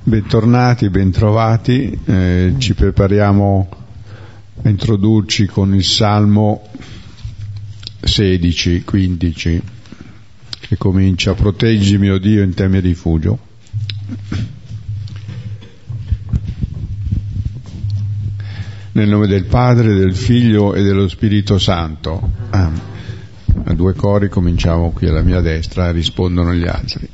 Bentornati, bentrovati, ci prepariamo a introdurci con il Salmo 16-15 che comincia: proteggimi, o Dio, in te mi rifugio. Nel nome del Padre, del Figlio e dello Spirito Santo. Amen. A due cori cominciamo qui alla mia destra, rispondono gli altri.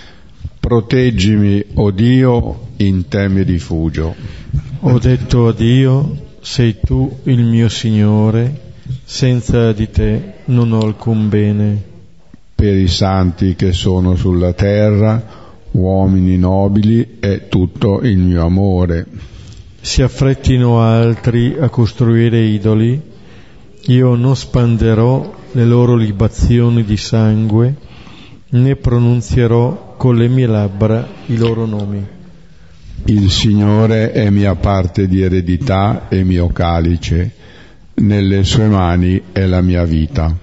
Proteggimi, o Dio, in te mi rifugio. Ho detto a Dio, sei tu il mio Signore, senza di te non ho alcun bene. Per i santi che sono sulla terra, uomini nobili, è tutto il mio amore. Si affrettino altri a costruire idoli, io non spanderò le loro libazioni di sangue, né pronunzierò con le mie labbra i loro nomi. Il Signore è mia parte di eredità e mio calice, nelle sue mani è la mia vita.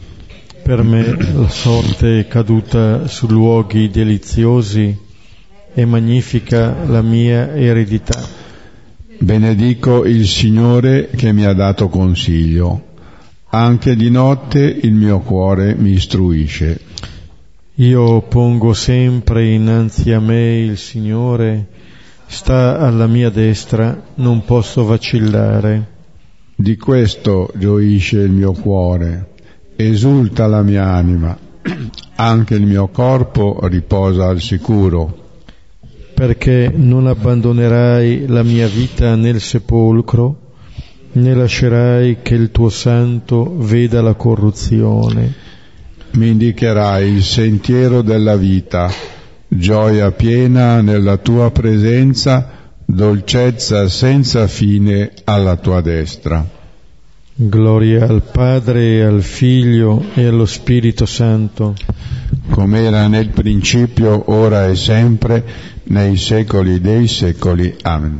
Per me la sorte è caduta su luoghi deliziosi e magnifica la mia eredità. Benedico il Signore che mi ha dato consiglio, anche di notte il mio cuore mi istruisce. Io pongo sempre innanzi a me il Signore, sta alla mia destra, non posso vacillare. Di questo gioisce il mio cuore, esulta la mia anima, anche il mio corpo riposa al sicuro. Perché non abbandonerai la mia vita nel sepolcro, né lascerai che il tuo santo veda la corruzione. Mi indicherai il sentiero della vita, gioia piena nella tua presenza, dolcezza senza fine alla tua destra. Gloria al Padre, e al Figlio e allo Spirito Santo, come era nel principio, ora e sempre, nei secoli dei secoli. Amen.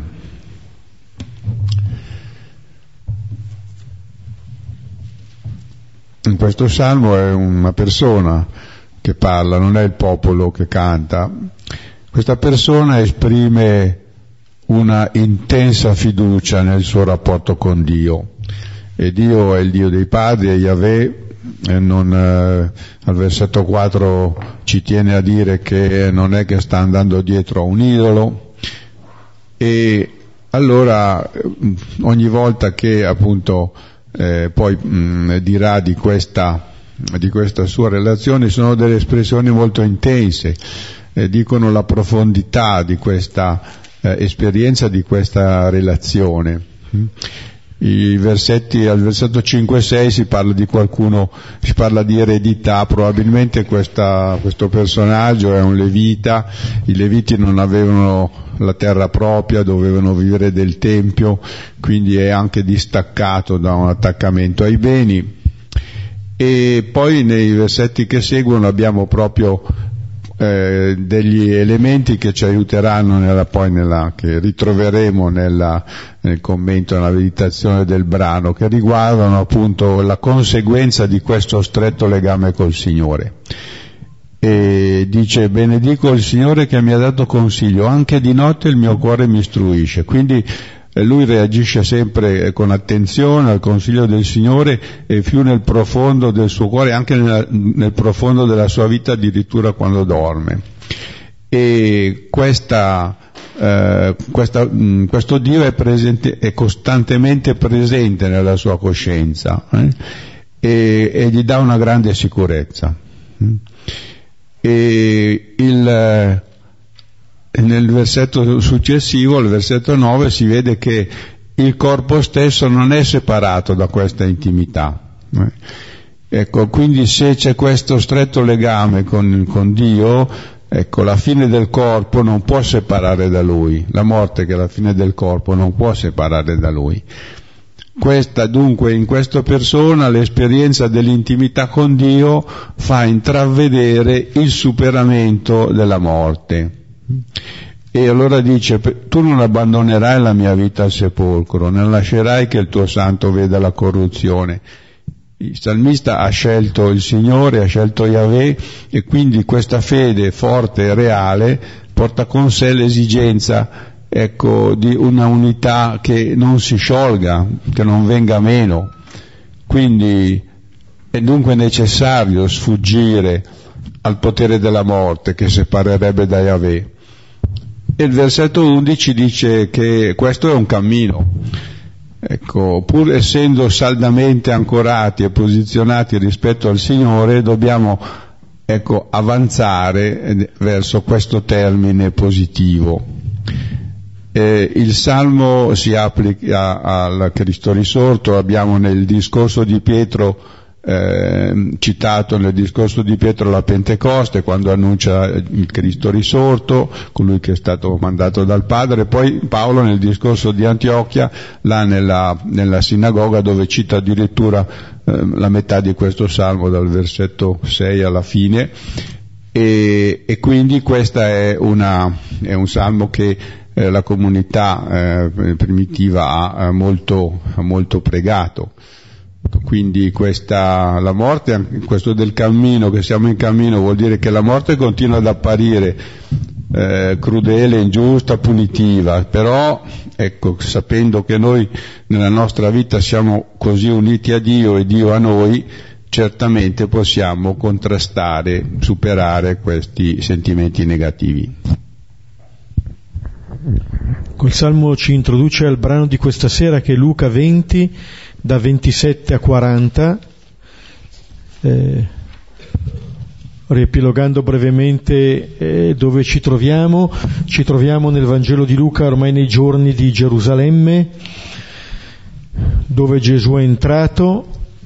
In questo salmo è una persona che parla, non è il popolo che canta. Questa persona esprime una intensa fiducia nel suo rapporto con Dio. E Dio è il Dio dei padri, è Yahweh. Al versetto 4 ci tiene a dire che non è che sta andando dietro a un idolo, e allora ogni volta che appunto poi dirà di questa sua relazione, sono delle espressioni molto intense, dicono la profondità di questa esperienza, di questa relazione. Al versetto 5 e 6 si parla di qualcuno, si parla di eredità. Probabilmente questo personaggio è un levita. I leviti non avevano la terra propria, dovevano vivere del tempio, quindi è anche distaccato da un attaccamento ai beni. E poi nei versetti che seguono abbiamo proprio degli elementi che ci aiuteranno che ritroveremo nel commento, nella meditazione del brano, che riguardano appunto la conseguenza di questo stretto legame col Signore. E dice: benedico il Signore che mi ha dato consiglio, anche di notte il mio cuore mi istruisce. Quindi lui reagisce sempre con attenzione al consiglio del Signore, e più nel profondo del suo cuore, anche nel profondo della sua vita, addirittura quando dorme. E questo Dio è presente, è costantemente presente nella sua coscienza, e gli dà una grande sicurezza. E nel versetto successivo, al versetto 9, si vede che il corpo stesso non è separato da questa intimità. Ecco, quindi se c'è questo stretto legame con Dio, ecco, la fine del corpo non può separare da Lui, la morte che è la fine del corpo non può separare da Lui. Dunque, in questa persona l'esperienza dell'intimità con Dio fa intravedere il superamento della morte. E allora dice: tu non abbandonerai la mia vita al sepolcro, non lascerai che il tuo santo veda la corruzione. Il salmista ha scelto il Signore, ha scelto Yahweh, e quindi questa fede forte e reale porta con sé l'esigenza, ecco, di una unità che non si sciolga, che non venga meno. Quindi è dunque necessario sfuggire al potere della morte che separerebbe da Yahweh. E il versetto 11 dice che questo è un cammino. Ecco, pur essendo saldamente ancorati e posizionati rispetto al Signore, dobbiamo, ecco, avanzare verso questo termine positivo. Il Salmo si applica al Cristo risorto. Abbiamo nel discorso di Pietro, citato nel discorso di Pietro alla Pentecoste, quando annuncia il Cristo risorto, colui che è stato mandato dal Padre. Poi Paolo nel discorso di Antiochia, là nella sinagoga, dove cita addirittura la metà di questo Salmo, dal versetto 6 alla fine, e quindi questa è un Salmo che la comunità primitiva ha molto pregato. Quindi la morte, questo del cammino, che siamo in cammino, vuol dire che la morte continua ad apparire crudele, ingiusta, punitiva, però ecco, sapendo che noi nella nostra vita siamo così uniti a Dio e Dio a noi, certamente possiamo contrastare, superare questi sentimenti negativi. Col Salmo ci introduce al brano di questa sera, che è Luca 20, da 27 a 40, riepilogando brevemente dove ci troviamo nel Vangelo di Luca, ormai nei giorni di Gerusalemme, dove Gesù è entrato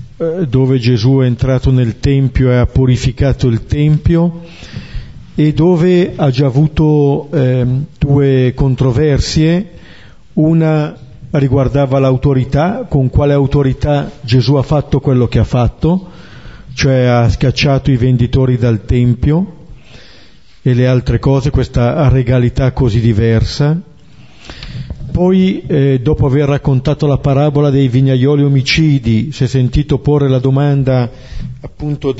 nel Tempio e ha purificato il Tempio, e dove ha già avuto due controversie. Una riguardava l'autorità, con quale autorità Gesù ha fatto quello che ha fatto, cioè ha scacciato i venditori dal Tempio, e le altre cose, questa regalità così diversa. Poi, dopo aver raccontato la parabola dei vignaioli omicidi, si è sentito porre la domanda appunto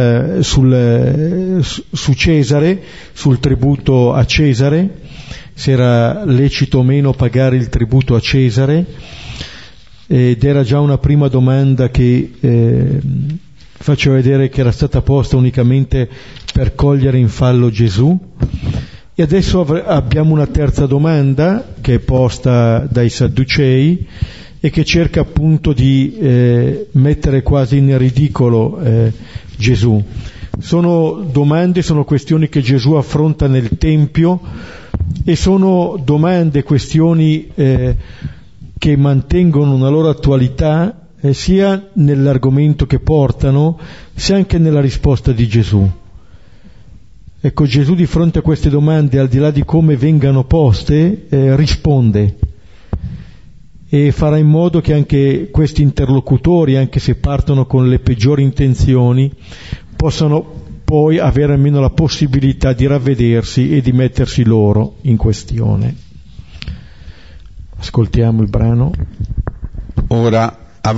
su Cesare, sul tributo a Cesare, se era lecito o meno pagare il tributo a Cesare, ed era già una prima domanda che faceva vedere che era stata posta unicamente per cogliere in fallo Gesù. E adesso abbiamo una terza domanda che è posta dai Sadducei e che cerca appunto di mettere quasi in ridicolo Gesù. Sono domande, sono questioni che Gesù affronta nel Tempio, e sono domande, questioni che mantengono una loro attualità sia nell'argomento che portano, sia anche nella risposta di Gesù. Ecco, Gesù di fronte a queste domande, al di là di come vengano poste, risponde, e farà in modo che anche questi interlocutori, anche se partono con le peggiori intenzioni, possano poi avere almeno la possibilità di ravvedersi e di mettersi loro in questione. Ascoltiamo il brano. Ora,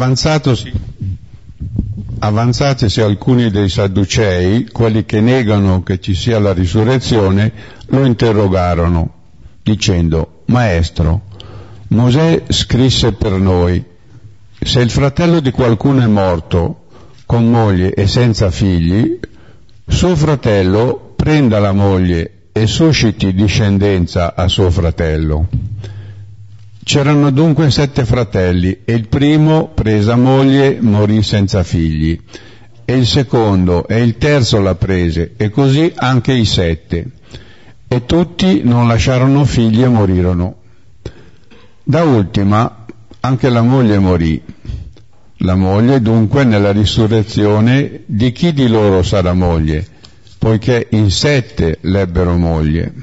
avanzatisi alcuni dei Sadducei, quelli che negano che ci sia la risurrezione, lo interrogarono, dicendo: Maestro, Mosè scrisse per noi: se il fratello di qualcuno è morto, con moglie e senza figli, suo fratello prenda la moglie e susciti discendenza a suo fratello. C'erano dunque 7 fratelli, e il primo, presa moglie, morì senza figli, e il secondo e il terzo la prese, e così anche i 7, e tutti non lasciarono figli e morirono. Da ultima anche la moglie morì. La moglie dunque nella risurrezione di chi di loro sarà moglie, poiché in 7 l'ebbero moglie.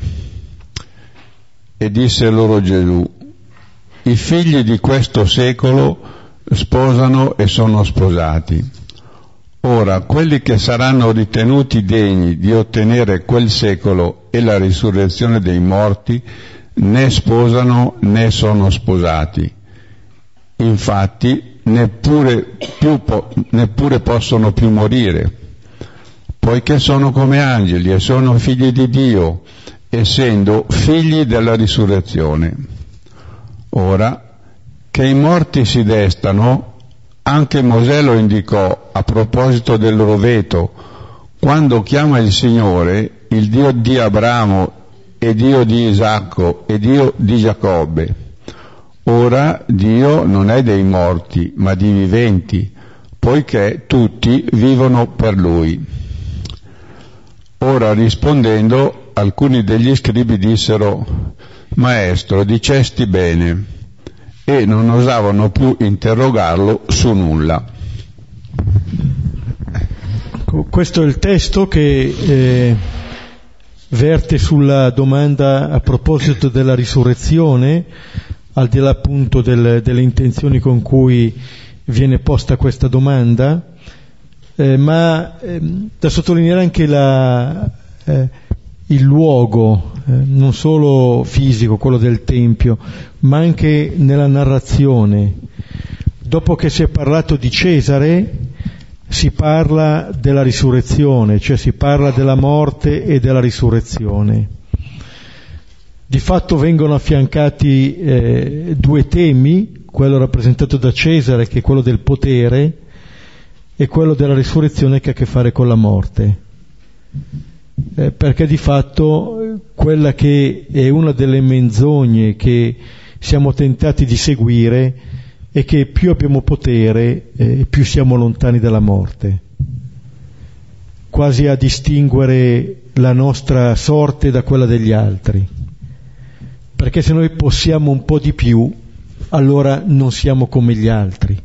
E disse loro Gesù: i figli di questo secolo sposano e sono sposati. Ora, quelli che saranno ritenuti degni di ottenere quel secolo e la risurrezione dei morti, né sposano né sono sposati. Infatti, neppure possono più morire, poiché sono come angeli e sono figli di Dio, essendo figli della risurrezione. Ora, che i morti si destano, anche Mosè lo indicò a proposito del roveto, quando chiama il Signore, il Dio di Abramo e Dio di Isacco e Dio di Giacobbe. Ora Dio non è dei morti, ma di viventi, poiché tutti vivono per Lui. Ora rispondendo, alcuni degli scribi dissero: Maestro, dicesti bene, e non osavano più interrogarlo su nulla. Questo è il testo che verte sulla domanda a proposito della risurrezione, al di là appunto delle intenzioni con cui viene posta questa domanda, ma da sottolineare anche il luogo, non solo fisico, quello del Tempio, ma anche nella narrazione. Dopo che si è parlato di Cesare, si parla della risurrezione, cioè si parla della morte e della risurrezione. Di fatto vengono affiancati due temi, quello rappresentato da Cesare, che è quello del potere, e quello della risurrezione, che ha a che fare con la morte. Perché di fatto quella che è una delle menzogne che siamo tentati di seguire è che più abbiamo potere, più siamo lontani dalla morte, quasi a distinguere la nostra sorte da quella degli altri, perché se noi possiamo un po' di più, allora non siamo come gli altri.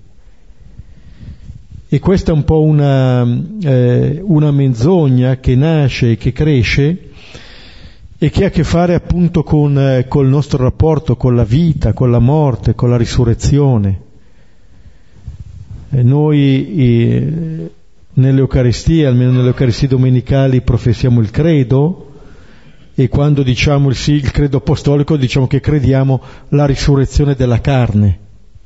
E questa è un po' una menzogna che nasce e che cresce e che ha a che fare appunto col nostro rapporto con la vita, con la morte, con la risurrezione. E noi nelle Eucaristie, almeno nelle Eucaristie domenicali, professiamo il credo, e quando diciamo il credo apostolico diciamo che crediamo la risurrezione della carne.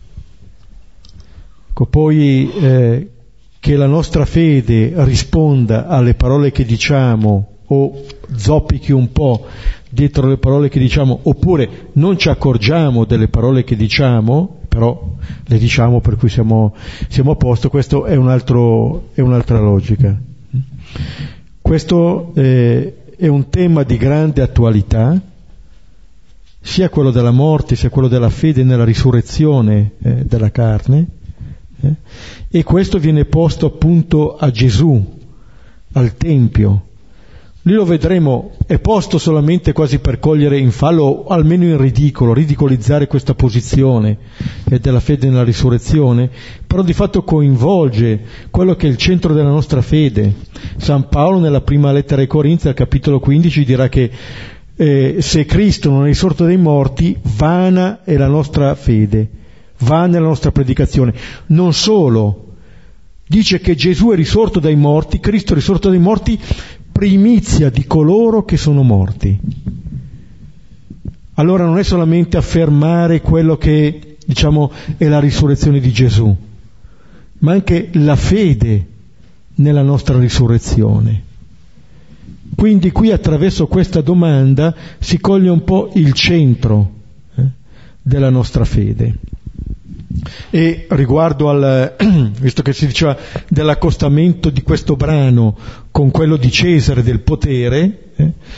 Ecco, poi che la nostra fede risponda alle parole che diciamo o zoppichi un po' dietro le parole che diciamo, oppure non ci accorgiamo delle parole che diciamo, però le diciamo per cui siamo a posto, questo è un'altra logica. Questo è un tema di grande attualità, sia quello della morte sia quello della fede nella risurrezione della carne, e questo viene posto appunto a Gesù, al Tempio. Lì lo vedremo, è posto solamente quasi per cogliere in fallo, o almeno in ridicolo, ridicolizzare questa posizione della fede nella risurrezione, però di fatto coinvolge quello che è il centro della nostra fede. San Paolo nella prima lettera ai Corinzi, al capitolo 15, dirà che se Cristo non è risorto dai morti, vana è la nostra fede, vana è la nostra predicazione. Non solo, dice che Gesù è risorto dai morti, Cristo è risorto dai morti, primizia di coloro che sono morti. Allora non è solamente affermare quello che diciamo è la risurrezione di Gesù, ma anche la fede nella nostra risurrezione. Quindi qui attraverso questa domanda si coglie un po' il centro della nostra fede. E riguardo visto che si diceva dell'accostamento di questo brano con quello di Cesare del potere,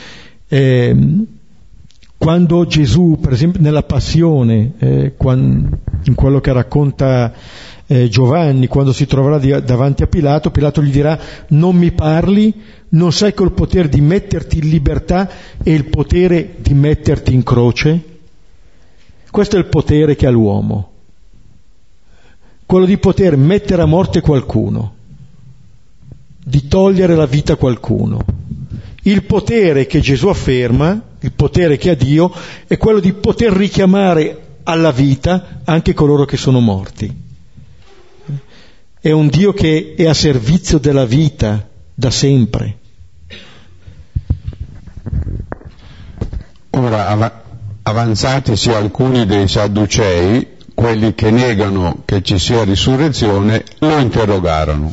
quando Gesù, per esempio nella Passione, in quello che racconta Giovanni, quando si troverà davanti a Pilato, Pilato gli dirà: non mi parli, non sai col potere di metterti in libertà e il potere di metterti in croce? Questo è il potere che ha l'uomo, quello di poter mettere a morte qualcuno, di togliere la vita a qualcuno. Il potere che Gesù afferma, il potere che ha Dio, è quello di poter richiamare alla vita anche coloro che sono morti. È un Dio che è a servizio della vita da sempre. Ora, avanzatisi alcuni dei Sadducei, quelli che negano che ci sia risurrezione, lo interrogarono.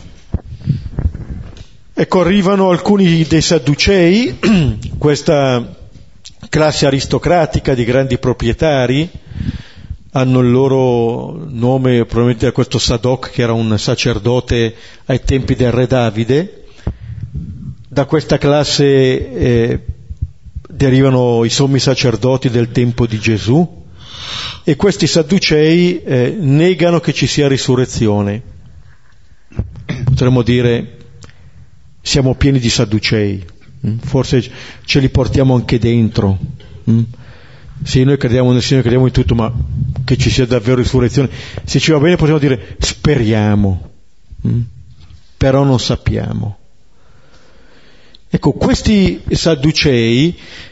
Ecco, arrivano alcuni dei Sadducei, questa classe aristocratica di grandi proprietari, hanno il loro nome probabilmente da questo Sadoc, che era un sacerdote ai tempi del re Davide. Da questa classe derivano i sommi sacerdoti del tempo di Gesù, e questi sadducei negano che ci sia risurrezione. Potremmo dire, siamo pieni di sadducei, forse ce li portiamo anche dentro. Sì, noi crediamo nel Signore, crediamo in tutto, ma che ci sia davvero risurrezione, se ci va bene possiamo dire speriamo, però non sappiamo. Ecco, questi sadducei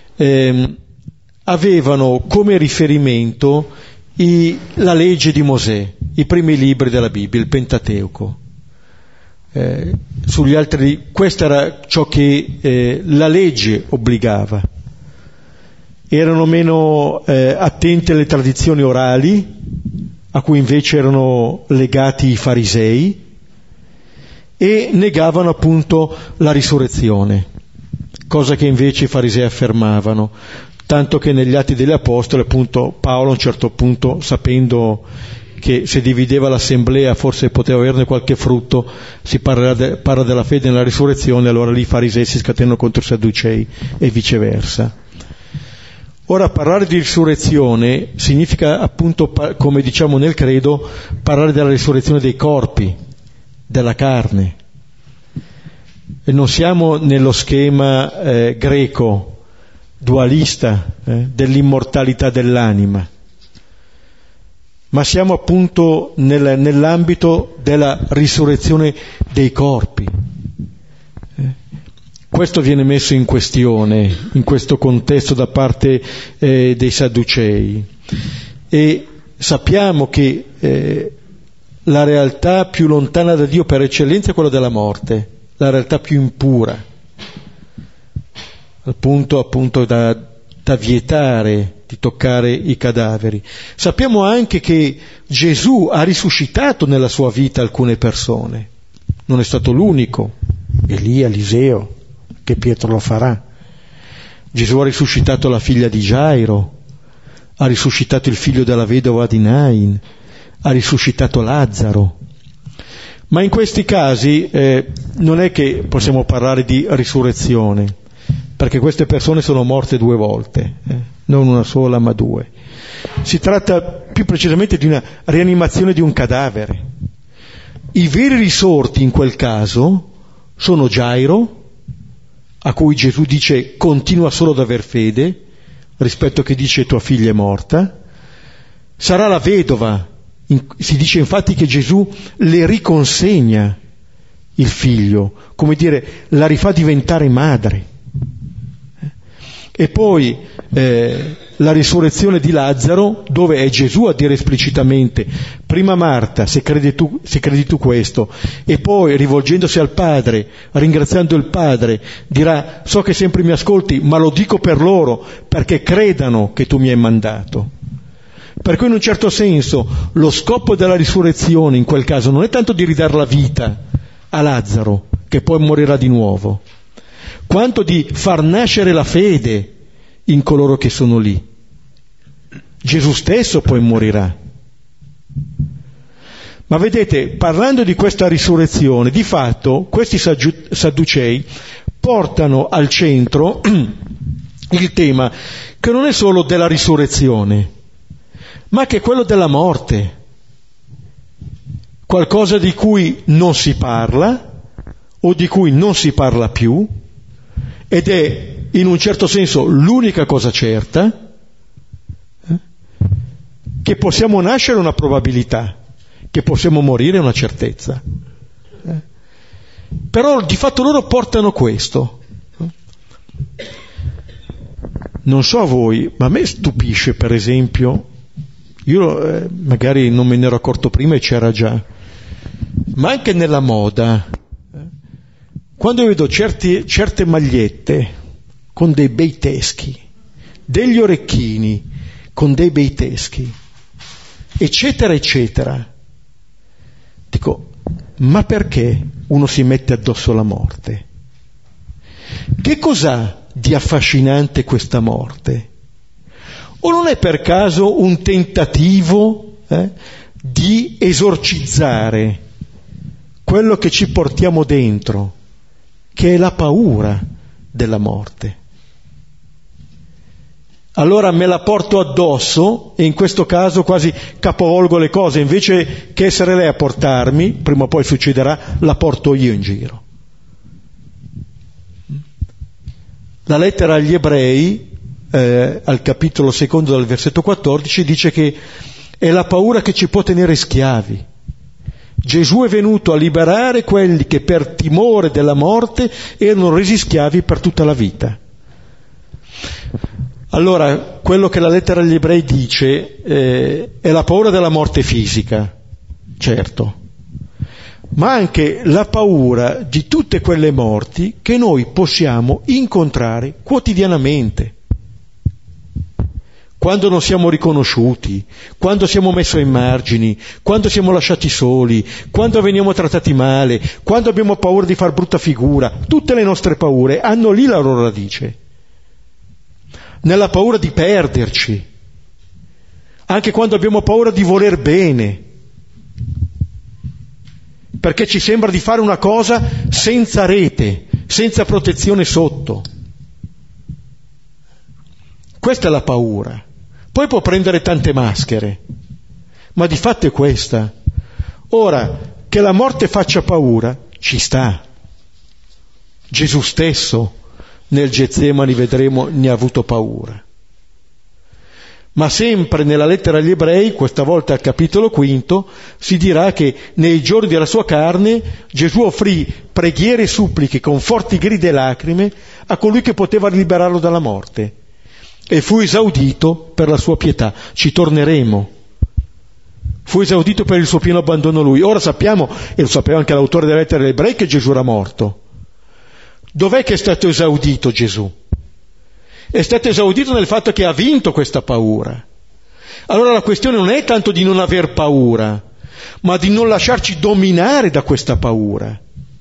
avevano come riferimento la legge di Mosè, i primi libri della Bibbia, il Pentateuco. Sugli altri, questo era ciò che la legge obbligava. Erano meno attenti alle tradizioni orali, a cui invece erano legati i farisei, e negavano appunto la risurrezione, cosa che invece i farisei affermavano, tanto che negli Atti degli Apostoli appunto Paolo a un certo punto, sapendo che se divideva l'assemblea forse poteva averne qualche frutto, si parla della fede nella risurrezione, allora lì i farisei si scatenano contro i sadducei e viceversa. Ora, parlare di risurrezione significa appunto, come diciamo nel credo, parlare della risurrezione dei corpi, della carne. E non siamo nello schema greco, dualista, dell'immortalità dell'anima, ma siamo appunto nell'ambito della risurrezione dei corpi. Questo viene messo in questione in questo contesto da parte dei Sadducei, e sappiamo che la realtà più lontana da Dio per eccellenza è quella della morte, la realtà più impura, al punto appunto da vietare di toccare i cadaveri. Sappiamo anche che Gesù ha risuscitato nella sua vita alcune persone, non è stato l'unico, Elia, Eliseo, che Pietro lo farà. Gesù ha risuscitato la figlia di Gairo, ha risuscitato il figlio della vedova di Nain, ha risuscitato Lazzaro. Ma in questi casi non è che possiamo parlare di risurrezione, perché queste persone sono morte 2 volte, non una sola ma 2. Si tratta più precisamente di una rianimazione di un cadavere. I veri risorti in quel caso sono Gairo, a cui Gesù dice continua solo ad aver fede, rispetto a che dice tua figlia è morta. Sarà la vedova, si dice infatti che Gesù le riconsegna il figlio, come dire, la rifà diventare madre. E poi la risurrezione di Lazzaro, dove è Gesù a dire esplicitamente: prima Marta, se credi tu questo, e poi rivolgendosi al Padre, ringraziando il Padre, dirà: so che sempre mi ascolti, ma lo dico per loro, perché credano che tu mi hai mandato. Per cui in un certo senso lo scopo della risurrezione in quel caso non è tanto di ridare la vita a Lazzaro, che poi morirà di nuovo, quanto di far nascere la fede in coloro che sono lì. Gesù stesso poi morirà. Ma vedete, parlando di questa risurrezione, di fatto questi sadducei portano al centro il tema che non è solo della risurrezione, ma che è quello della morte, qualcosa di cui non si parla o di cui non si parla più, ed è in un certo senso l'unica cosa certa, che possiamo nascere è una probabilità, che possiamo morire è una certezza. Però di fatto loro portano questo. Non so a voi, ma a me stupisce, per esempio, io magari non me ne ero accorto prima e c'era già, ma anche nella moda, quando io vedo certe magliette con dei bei teschi, degli orecchini con dei bei teschi, eccetera eccetera, dico: ma perché uno si mette addosso la morte? Che cos'ha di affascinante questa morte? O non è per caso un tentativo di esorcizzare quello che ci portiamo dentro, che è la paura della morte? Allora me la porto addosso e in questo caso quasi capovolgo le cose, invece che essere lei a portarmi, prima o poi succederà, la porto io in giro. La lettera agli Ebrei, al capitolo 2 dal versetto 14, dice che è la paura che ci può tenere schiavi. Gesù è venuto a liberare quelli che per timore della morte erano resi schiavi per tutta la vita. Allora, quello che la lettera agli Ebrei dice è la paura della morte fisica, certo, ma anche la paura di tutte quelle morti che noi possiamo incontrare quotidianamente. Quando non siamo riconosciuti, quando siamo messi ai margini, quando siamo lasciati soli, quando veniamo trattati male, quando abbiamo paura di far brutta figura, tutte le nostre paure hanno lì la loro radice. Nella paura di perderci, anche quando abbiamo paura di voler bene, perché ci sembra di fare una cosa senza rete, senza protezione sotto. Questa è la paura. Poi può prendere tante maschere, ma di fatto è questa. Ora, che la morte faccia paura, ci sta. Gesù stesso nel Getsemani, vedremo, ne ha avuto paura. Ma sempre nella lettera agli Ebrei, questa volta al capitolo 5, si dirà che nei giorni della sua carne Gesù offrì preghiere e suppliche con forti grida e lacrime a colui che poteva liberarlo dalla morte, e fu esaudito per la sua pietà. Ci torneremo. Fu esaudito per il suo pieno abbandono a lui. Ora sappiamo, e lo sapeva anche l'autore della lettera agli Ebrei, che Gesù era morto. Dov'è che è stato esaudito Gesù? È stato esaudito nel fatto che ha vinto questa paura. Allora la questione non è tanto di non aver paura, ma di non lasciarci dominare da questa paura.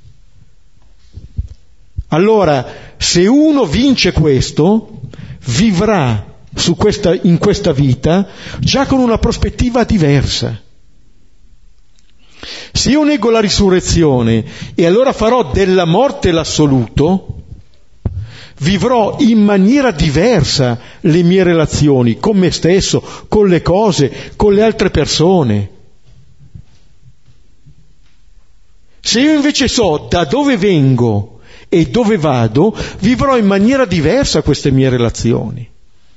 Allora, se uno vince questo, vivrà in questa vita già con una prospettiva diversa. Se io nego la risurrezione e allora farò della morte l'assoluto, vivrò in maniera diversa le mie relazioni con me stesso, con le cose, con le altre persone. Se io invece so da dove vengo e dove vado, vivrò in maniera diversa queste mie relazioni.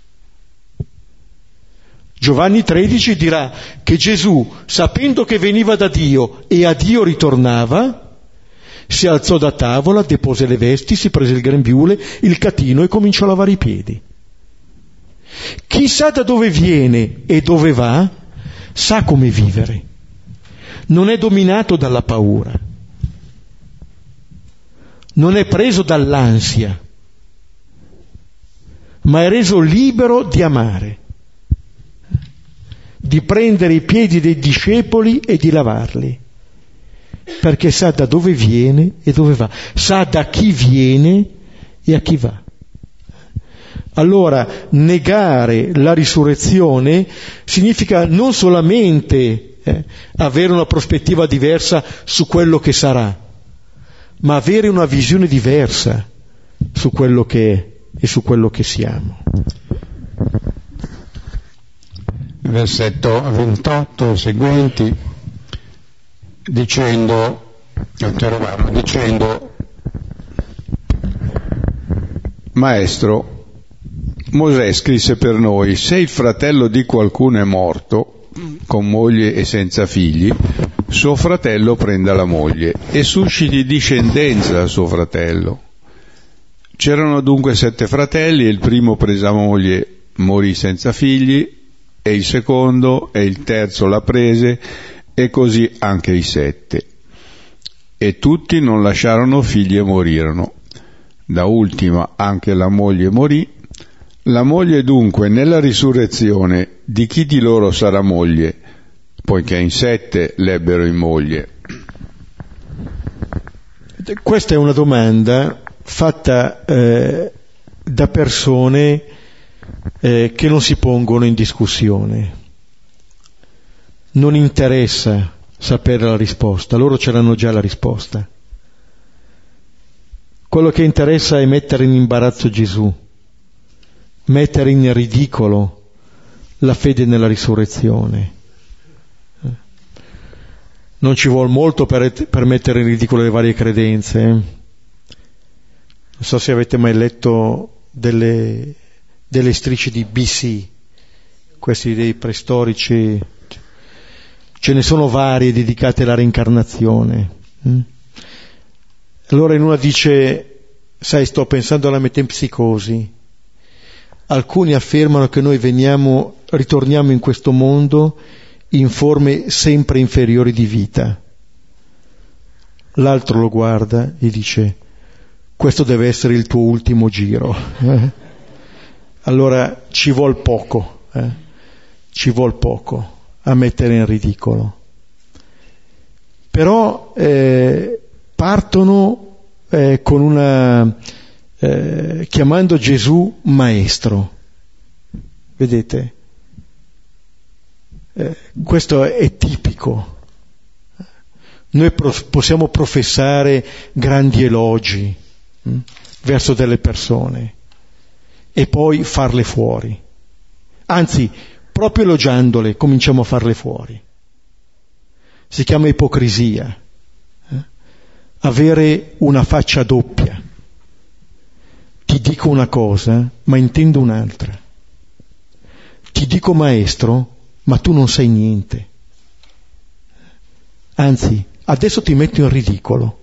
Giovanni 13 dirà che Gesù, sapendo che veniva da Dio e a Dio ritornava, si alzò da tavola, depose le vesti, si prese il grembiule, il catino e cominciò a lavare i piedi. Chi sa da dove viene e dove va, sa come vivere. Non è dominato dalla paura. Non è preso dall'ansia, ma è reso libero di amare, di prendere i piedi dei discepoli e di lavarli, perché sa da dove viene e dove va, sa da chi viene e a chi va. Allora, negare la risurrezione significa non solamente avere una prospettiva diversa su quello che sarà, ma avere una visione diversa su quello che è e su quello che siamo. Versetto 28 seguenti, dicendo Maestro, Mosè scrisse per noi: se il fratello di qualcuno è morto, con moglie e senza figli, suo fratello prenda la moglie e susciti discendenza al suo fratello. C'erano dunque 7 fratelli, e il primo presa moglie morì senza figli, e il secondo e il terzo la prese, e così anche i 7. E tutti non lasciarono figli e morirono. Da ultima anche la moglie morì. La moglie dunque nella risurrezione di chi di loro sarà moglie, poiché in 7 l'ebbero in moglie? Questa è una domanda fatta da persone che non si pongono in discussione. Non interessa sapere la risposta, loro ce l'hanno già la risposta. Quello che interessa è mettere in imbarazzo Gesù, mettere in ridicolo la fede nella risurrezione. Non ci vuole molto per mettere in ridicolo le varie credenze. Non so se avete mai letto delle strisce di BC, questi dei preistorici, ce ne sono varie dedicate alla reincarnazione. Allora in una dice, sai, sto pensando alla metempsicosi. Alcuni affermano che noi ritorniamo in questo mondo in forme sempre inferiori di vita. L'altro lo guarda e dice, questo deve essere il tuo ultimo giro. Allora ci vuol poco a mettere in ridicolo. Però partono con chiamando Gesù maestro. Vedete? Questo è tipico. Noi possiamo professare grandi elogi verso delle persone e poi farle fuori. Anzi, proprio elogiandole cominciamo a farle fuori. Si chiama ipocrisia. Avere una faccia doppia. Ti dico una cosa, ma intendo un'altra. Ti dico maestro, ma tu non sai niente. Anzi, adesso ti metto in ridicolo.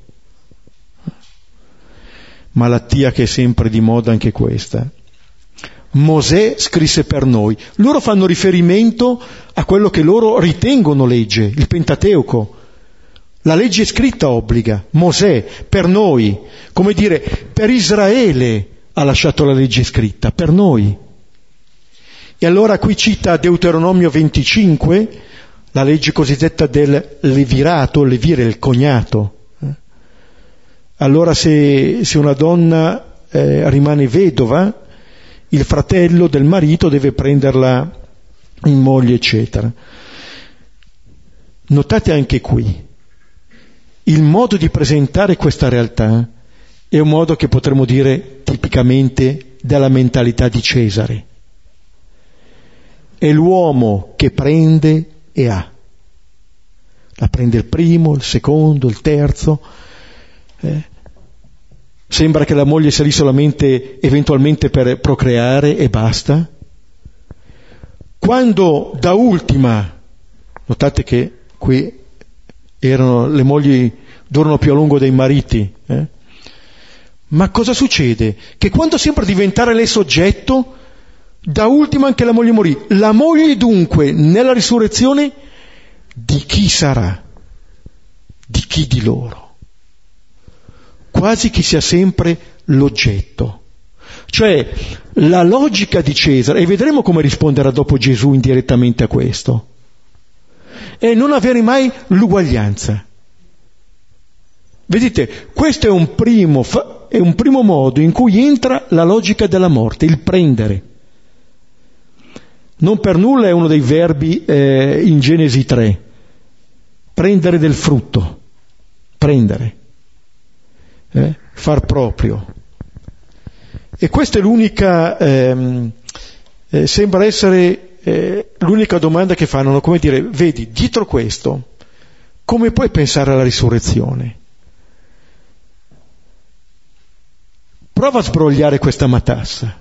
Malattia che è sempre di moda anche questa. Mosè scrisse per noi. Loro fanno riferimento a quello che loro ritengono legge, il Pentateuco. La legge scritta obbliga. Mosè, per noi, come dire, per Israele ha lasciato la legge scritta, per noi. E allora qui cita Deuteronomio 25, la legge cosiddetta del levirato, levire, il cognato. Allora se una donna rimane vedova, il fratello del marito deve prenderla in moglie, eccetera. Notate anche qui, il modo di presentare questa realtà è un modo che potremmo dire tipicamente della mentalità di Cesare. È l'uomo che prende e ha. La prende il primo, il secondo, il terzo. Sembra che la moglie sia lì solamente eventualmente per procreare e basta. Quando da ultima, notate che qui le mogli durano più a lungo dei mariti, ma cosa succede? Che quando sembra diventare lei soggetto, da ultima anche la moglie morì. La moglie dunque nella risurrezione di chi sarà? Di chi di loro? Quasi che sia sempre l'oggetto. Cioè la logica di Cesare, e vedremo come risponderà dopo Gesù indirettamente a questo, è non avere mai l'uguaglianza. Vedete, questo è un primo modo in cui entra la logica della morte, il prendere. Non per nulla è uno dei verbi in Genesi 3, prendere del frutto, prendere, far proprio. E questa è l'unica, sembra essere l'unica domanda che fanno, come dire, vedi, dietro questo, come puoi pensare alla risurrezione? Prova a sbrogliare questa matassa.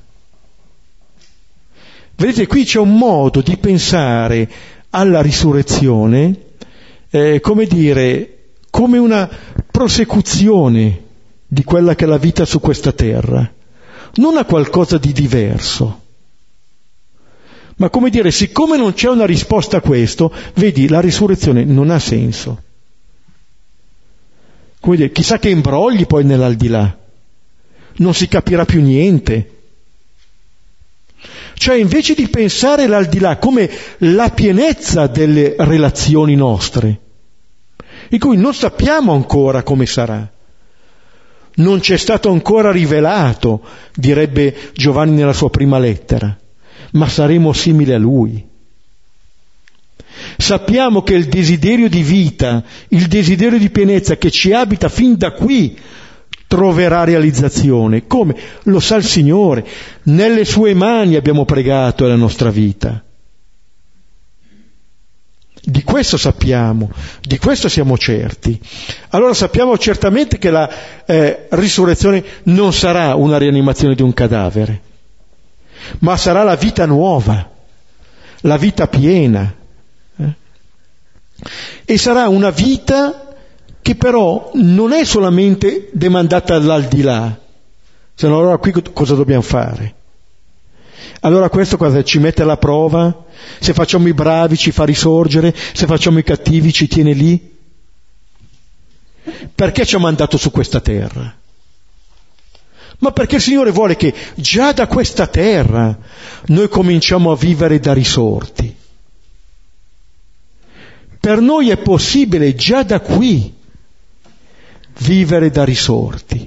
Vedete, qui c'è un modo di pensare alla risurrezione, come dire, come una prosecuzione di quella che è la vita su questa terra, non a qualcosa di diverso, ma come dire, siccome non c'è una risposta a questo, vedi, la risurrezione non ha senso. Come dire, chissà che imbrogli poi nell'aldilà, non si capirà più niente. Cioè, invece di pensare l'aldilà come la pienezza delle relazioni nostre, in cui non sappiamo ancora come sarà, non ci è stato ancora rivelato, direbbe Giovanni nella sua prima lettera, ma saremo simili a Lui. Sappiamo che il desiderio di vita, il desiderio di pienezza che ci abita fin da qui troverà realizzazione. Come? Lo sa il Signore. Nelle sue mani abbiamo pregato la nostra vita. Di questo sappiamo, di questo siamo certi. Allora sappiamo certamente che la risurrezione non sarà una rianimazione di un cadavere, ma sarà la vita nuova, la vita piena. E sarà una vita che però non è solamente demandata all'aldilà, se no allora qui cosa dobbiamo fare? Allora questo cosa ci mette alla prova? Se facciamo i bravi ci fa risorgere, se facciamo i cattivi ci tiene lì? Perché ci ha mandato su questa terra? Ma perché il Signore vuole che già da questa terra noi cominciamo a vivere da risorti. Per noi è possibile già da qui vivere da risorti.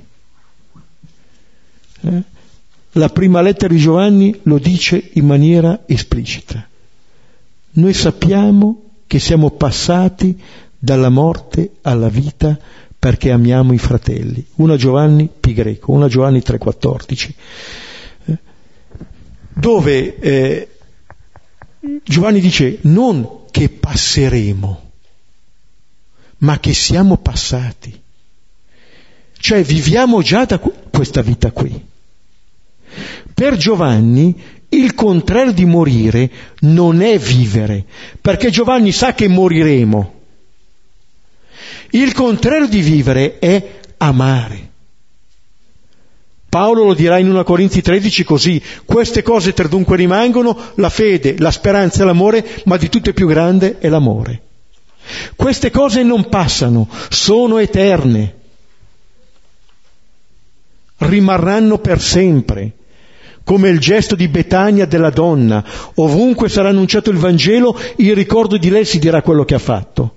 La prima lettera di Giovanni lo dice in maniera esplicita. Noi sappiamo che siamo passati dalla morte alla vita perché amiamo i fratelli. 1 Giovanni P greco, 1 Giovanni 3,14, dove Giovanni dice non che passeremo, ma che siamo passati. Cioè viviamo già da questa vita qui. Per Giovanni il contrario di morire non è vivere, perché Giovanni sa che moriremo. Il contrario di vivere è amare. Paolo lo dirà in 1 Corinzi 13 così: queste cose tre dunque rimangono, la fede, la speranza e l'amore, ma di tutte più grande è l'amore. Queste cose non passano, sono eterne, rimarranno per sempre, come il gesto di Betania della donna. Ovunque sarà annunciato il Vangelo, il ricordo di lei si dirà quello che ha fatto.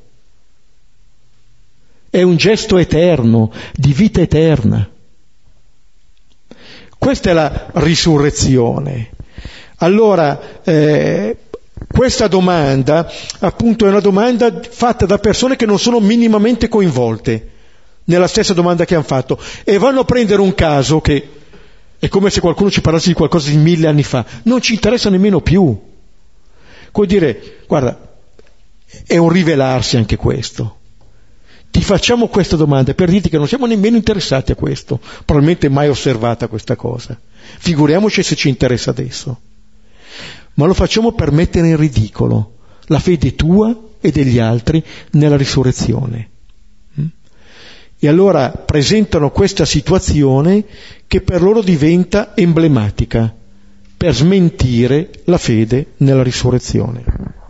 È un gesto eterno, di vita eterna. Questa è la risurrezione. Allora, questa domanda, appunto, è una domanda fatta da persone che non sono minimamente coinvolte nella stessa domanda che hanno fatto, e vanno a prendere un caso che è come se qualcuno ci parlasse di qualcosa di 1000 anni fa, non ci interessa nemmeno più. Come dire, guarda, è un rivelarsi anche questo. Ti facciamo questa domanda per dirti che non siamo nemmeno interessati a questo, probabilmente mai osservata questa cosa. Figuriamoci se ci interessa adesso. Ma lo facciamo per mettere in ridicolo la fede tua e degli altri nella risurrezione. E allora presentano questa situazione che per loro diventa emblematica per smentire la fede nella risurrezione.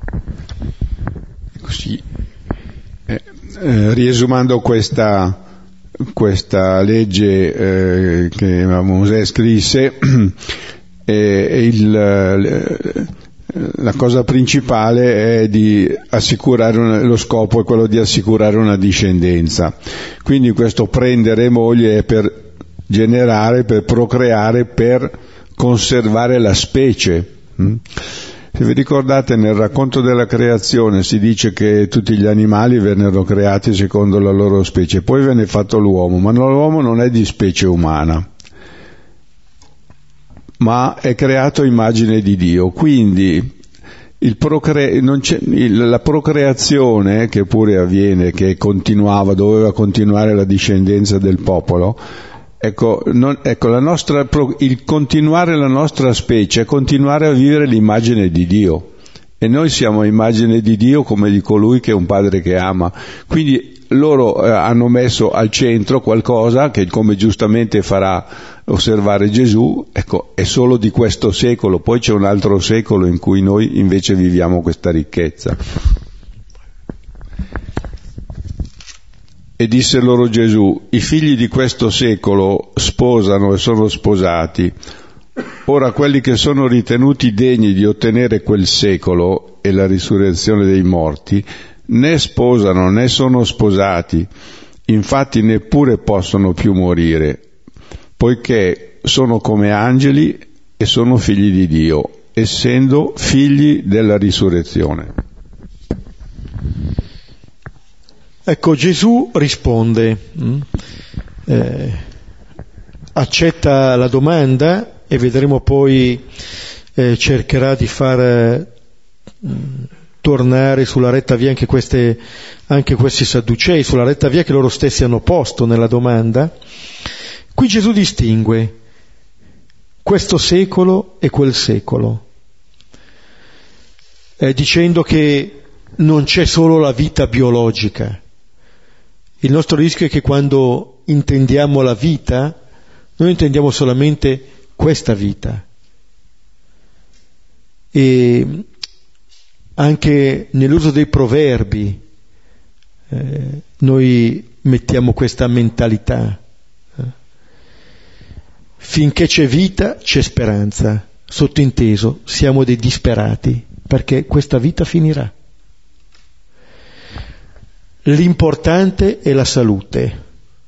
Così, riesumando questa legge che Mosè scrisse, la cosa principale è di assicurare lo scopo è quello di assicurare una discendenza. Quindi questo prendere moglie è per generare, per procreare, per conservare la specie. Se vi ricordate, nel racconto della creazione si dice che tutti gli animali vennero creati secondo la loro specie, poi venne fatto l'uomo, ma l'uomo non è di specie umana, ma è creato a immagine di Dio. Quindi la procreazione, che pure avviene, che doveva continuare la discendenza del popolo, il continuare la nostra specie è continuare a vivere l'immagine di Dio, e noi siamo immagine di Dio come di colui che è un padre che ama. Quindi loro hanno messo al centro qualcosa che, come giustamente farà osservare Gesù, è solo di questo secolo, poi c'è un altro secolo in cui noi invece viviamo questa ricchezza. E disse loro Gesù: i figli di questo secolo sposano e sono sposati. Ora quelli che sono ritenuti degni di ottenere quel secolo e la risurrezione dei morti né sposano né sono sposati, infatti neppure possono più morire, poiché sono come angeli e sono figli di Dio, essendo figli della risurrezione. Ecco, Gesù risponde, accetta la domanda e vedremo poi cercherà di far tornare sulla retta via anche questi sadducei, sulla retta via che loro stessi hanno posto nella domanda. Qui Gesù distingue questo secolo e quel secolo, dicendo che non c'è solo la vita biologica. Il nostro rischio è che quando intendiamo la vita, noi intendiamo solamente questa vita. E anche nell'uso dei proverbi noi mettiamo questa mentalità. Finché c'è vita c'è speranza, sottinteso siamo dei disperati perché questa vita finirà. L'importante è la salute,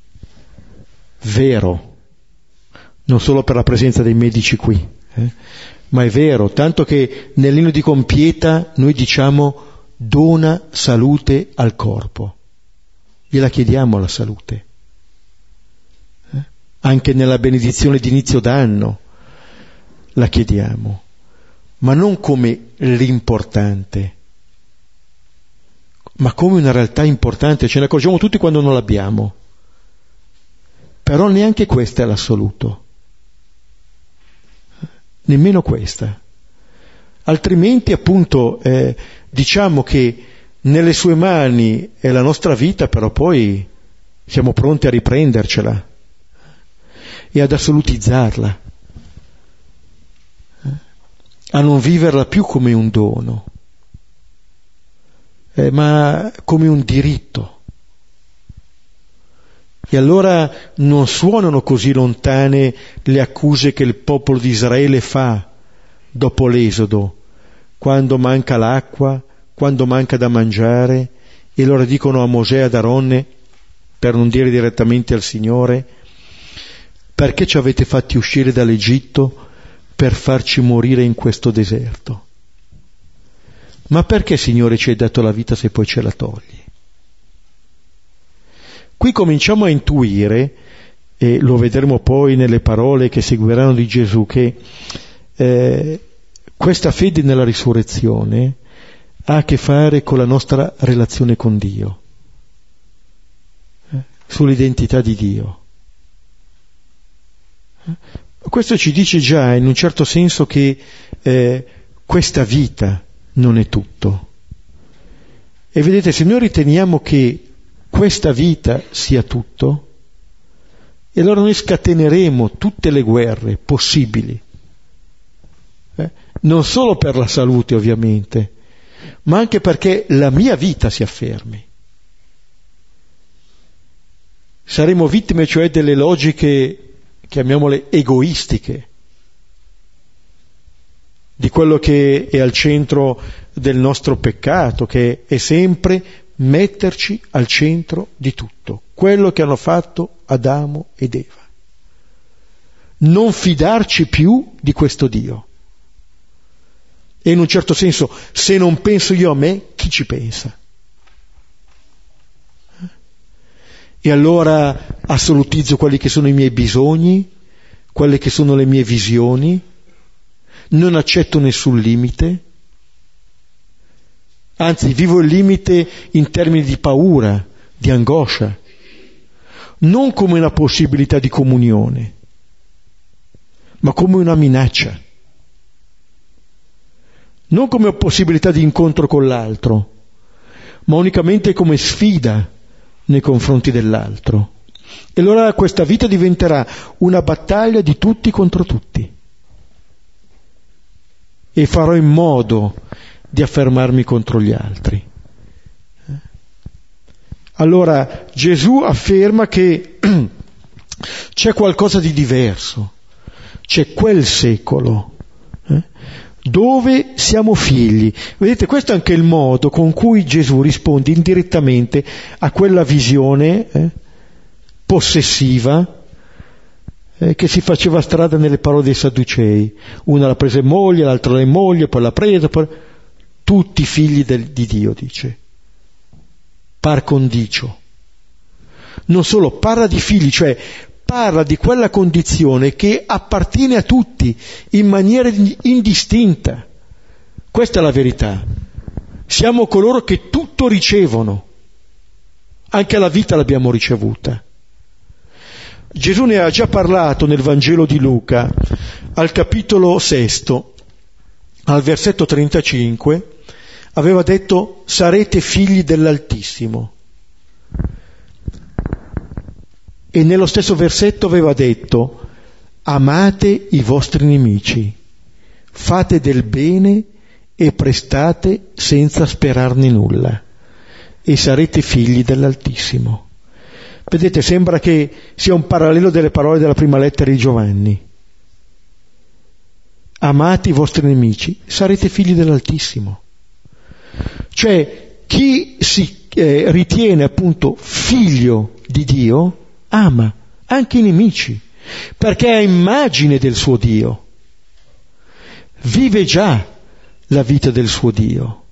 vero, non solo per la presenza dei medici qui, ma è vero, tanto che nell'inno di Compieta noi diciamo dona salute al corpo, gliela chiediamo la salute. Anche nella benedizione di inizio d'anno la chiediamo, ma non come l'importante, ma come una realtà importante, ce ne accorgiamo tutti quando non l'abbiamo, però neanche questa è l'assoluto, nemmeno questa, altrimenti appunto diciamo che nelle sue mani è la nostra vita, però poi siamo pronti a riprendercela e ad assolutizzarla, a non viverla più come un dono, ma come un diritto. E allora non suonano così lontane le accuse che il popolo di Israele fa dopo l'Esodo, quando manca l'acqua, quando manca da mangiare, e loro dicono a Mosè e ad Aronne, per non dire direttamente al Signore: perché ci avete fatti uscire dall'Egitto per farci morire in questo deserto? Ma perché, Signore, ci hai dato la vita se poi ce la togli? Qui cominciamo a intuire, e lo vedremo poi nelle parole che seguiranno di Gesù, che questa fede nella risurrezione ha a che fare con la nostra relazione con Dio, sull'identità di Dio. Questo ci dice già in un certo senso che questa vita non è tutto. E vedete, se noi riteniamo che questa vita sia tutto, e allora noi scateneremo tutte le guerre possibili, non solo per la salute ovviamente, ma anche perché la mia vita si affermi. Saremo vittime cioè delle logiche, chiamiamole egoistiche, di quello che è al centro del nostro peccato, che è sempre metterci al centro di tutto, quello che hanno fatto Adamo ed Eva. Non fidarci più di questo Dio. E in un certo senso, se non penso io a me, chi ci pensa? E allora assolutizzo quelli che sono i miei bisogni, quelle che sono le mie visioni, non accetto nessun limite, anzi vivo il limite in termini di paura, di angoscia, non come una possibilità di comunione, ma come una minaccia, non come possibilità di incontro con l'altro, ma unicamente come sfida nei confronti dell'altro. E allora questa vita diventerà una battaglia di tutti contro tutti. E farò in modo di affermarmi contro gli altri. Allora Gesù afferma che c'è qualcosa di diverso, c'è quel secolo dove siamo figli. Vedete, questo è anche il modo con cui Gesù risponde indirettamente a quella visione possessiva, che si faceva strada nelle parole dei Sadducei. Una la prese moglie, l'altra la moglie, poi l'ha presa, tutti figli di Dio, dice. Par condicio. Non solo, parla di figli, cioè parla di quella condizione che appartiene a tutti in maniera indistinta. Questa è la verità. Siamo coloro che tutto ricevono. Anche la vita l'abbiamo ricevuta. Gesù ne ha già parlato nel Vangelo di Luca, al capitolo 6, al versetto 35, aveva detto: sarete figli dell'Altissimo. E nello stesso versetto aveva detto: amate i vostri nemici, fate del bene e prestate senza sperarne nulla, e sarete figli dell'Altissimo. Vedete, sembra che sia un parallelo delle parole della prima lettera di Giovanni. Amate i vostri nemici, sarete figli dell'Altissimo. Cioè, chi si ritiene appunto figlio di Dio, ama anche i nemici, perché è immagine del suo Dio. Vive già la vita del suo Dio.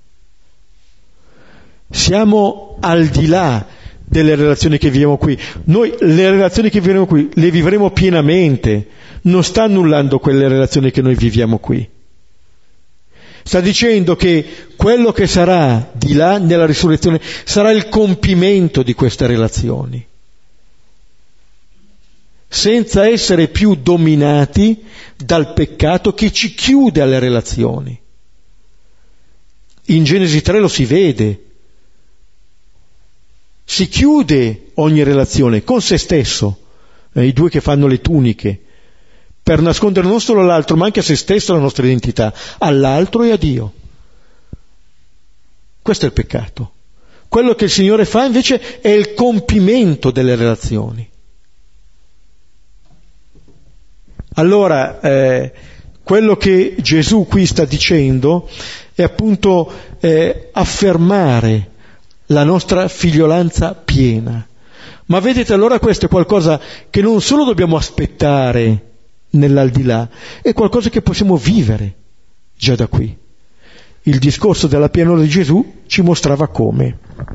Siamo al di là delle relazioni che viviamo qui. Noi le relazioni che viviamo qui le vivremo pienamente, non sta annullando quelle relazioni che noi viviamo qui. Sta dicendo che quello che sarà di là nella risurrezione sarà il compimento di queste relazioni, senza essere più dominati dal peccato che ci chiude alle relazioni. In Genesi 3 lo si vede. Si chiude ogni relazione con se stesso, i due che fanno le tuniche, per nascondere non solo all'altro, ma anche a se stesso la nostra identità, all'altro e a Dio. Questo è il peccato. Quello che il Signore fa invece è il compimento delle relazioni. Allora, quello che Gesù qui sta dicendo è appunto affermare la nostra figliolanza piena. Ma vedete, allora questo è qualcosa che non solo dobbiamo aspettare nell'aldilà, è qualcosa che possiamo vivere già da qui. Il discorso della pianura di Gesù ci mostrava come.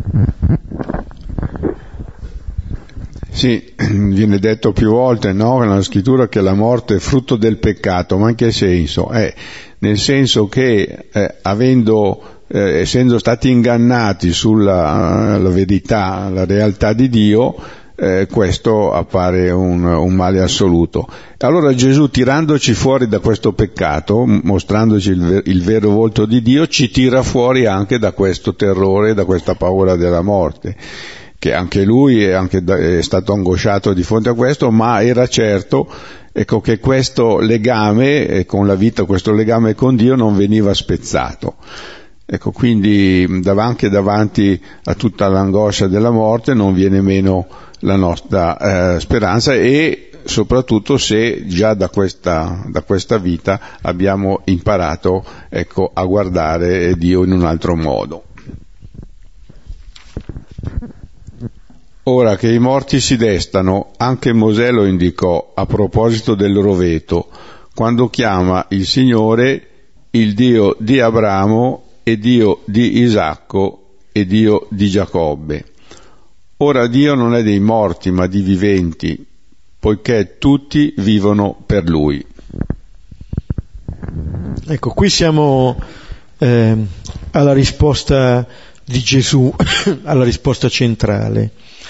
Sì, viene detto più volte, no, nella scrittura, che la morte è frutto del peccato, ma in che senso? Nel senso che essendo stati ingannati sulla la verità, la realtà di Dio, questo appare un male assoluto. Allora Gesù, tirandoci fuori da questo peccato, mostrandoci il vero volto di Dio, ci tira fuori anche da questo terrore, da questa paura della morte, che anche lui è stato angosciato di fronte a questo, ma era certo, ecco, che questo legame con la vita, questo legame con Dio non veniva spezzato. Ecco, quindi anche davanti a tutta l'angoscia della morte non viene meno la nostra speranza, e soprattutto se già da questa vita abbiamo imparato, ecco, a guardare Dio in un altro modo. Ora che i morti si destano, anche Mosè lo indicò a proposito del roveto, quando chiama il Signore il Dio di Abramo e Dio di Isacco e Dio di Giacobbe. Ora Dio non è dei morti ma di viventi, poiché tutti vivono per Lui. Ecco, qui siamo alla risposta di Gesù, alla risposta centrale.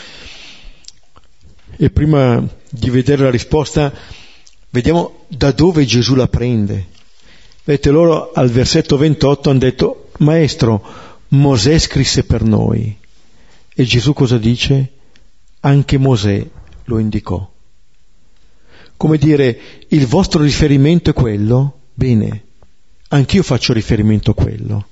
E prima di vedere la risposta, vediamo da dove Gesù la prende. Vedete, loro al versetto 28 hanno detto: Maestro, Mosè scrisse per noi. E Gesù cosa dice? Anche Mosè lo indicò. Come dire, il vostro riferimento è quello? Bene, anch'io faccio riferimento a quello.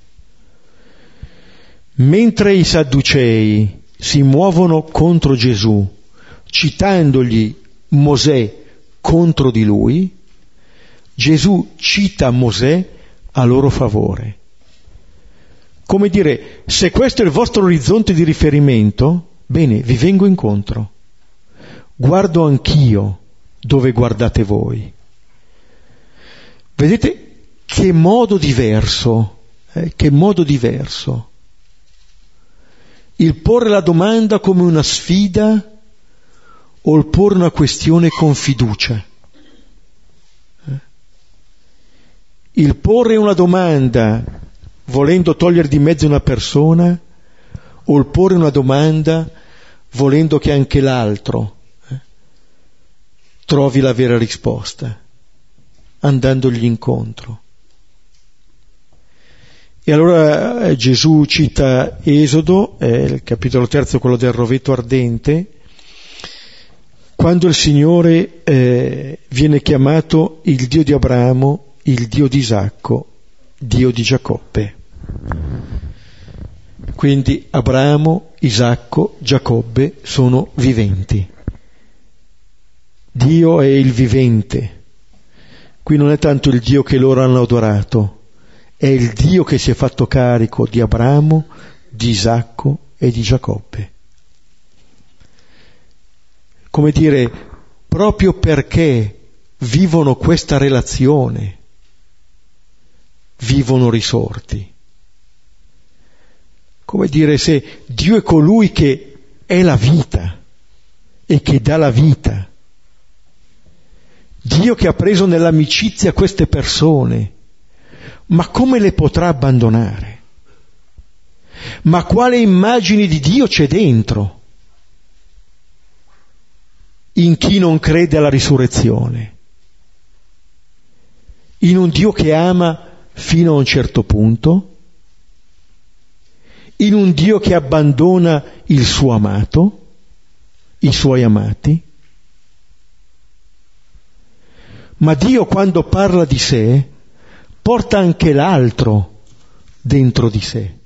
Mentre i Sadducei si muovono contro Gesù, citandogli Mosè contro di lui, Gesù cita Mosè a loro favore. Come dire, se questo è il vostro orizzonte di riferimento, bene, vi vengo incontro. guardo anch'io dove guardate voi. Vedete che modo diverso, che modo diverso. Il porre la domanda come una sfida o il porre una questione con fiducia. Il porre una domanda volendo togliere di mezzo una persona o il porre una domanda volendo che anche l'altro trovi la vera risposta, andandogli incontro. E allora Gesù cita Esodo, il capitolo 3, quello del rovetto ardente, quando il Signore viene chiamato il Dio di Abramo, il Dio di Isacco, Dio di Giacobbe. Quindi Abramo, Isacco, Giacobbe sono viventi. Dio è il vivente. Qui non è tanto il Dio che loro hanno adorato, è il Dio che si è fatto carico di Abramo, di Isacco e di Giacobbe. Come dire, proprio perché vivono questa relazione, vivono risorti. Come dire, se Dio è colui che è la vita e che dà la vita, Dio che ha preso nell'amicizia queste persone, ma come le potrà abbandonare? Ma quale immagine di Dio c'è dentro in chi non crede alla risurrezione? In un Dio che ama fino a un certo punto, in un Dio che abbandona il suo amato, i suoi amati. Ma Dio, quando parla di sé, porta anche l'altro dentro di sé.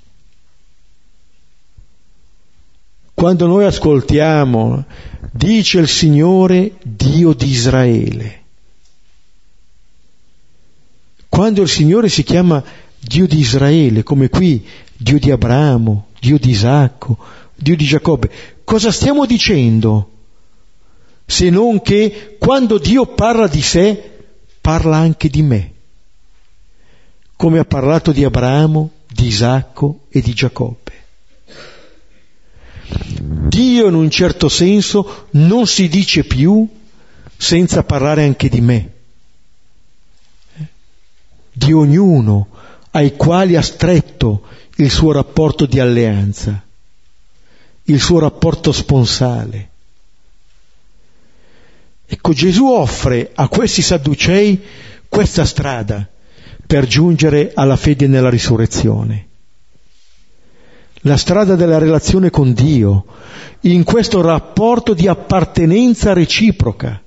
Quando noi ascoltiamo, dice il Signore, Dio di Israele. Quando il Signore si chiama Dio di Israele, come qui, Dio di Abramo, Dio di Isacco, Dio di Giacobbe, cosa stiamo dicendo? Se non che quando Dio parla di sé, parla anche di me, come ha parlato di Abramo, di Isacco e di Giacobbe. Dio in un certo senso non si dice più senza parlare anche di me, di ognuno ai quali ha stretto il suo rapporto di alleanza, il suo rapporto sponsale. Ecco, Gesù offre a questi Sadducei questa strada per giungere alla fede nella risurrezione. La strada della relazione con Dio, in questo rapporto di appartenenza reciproca.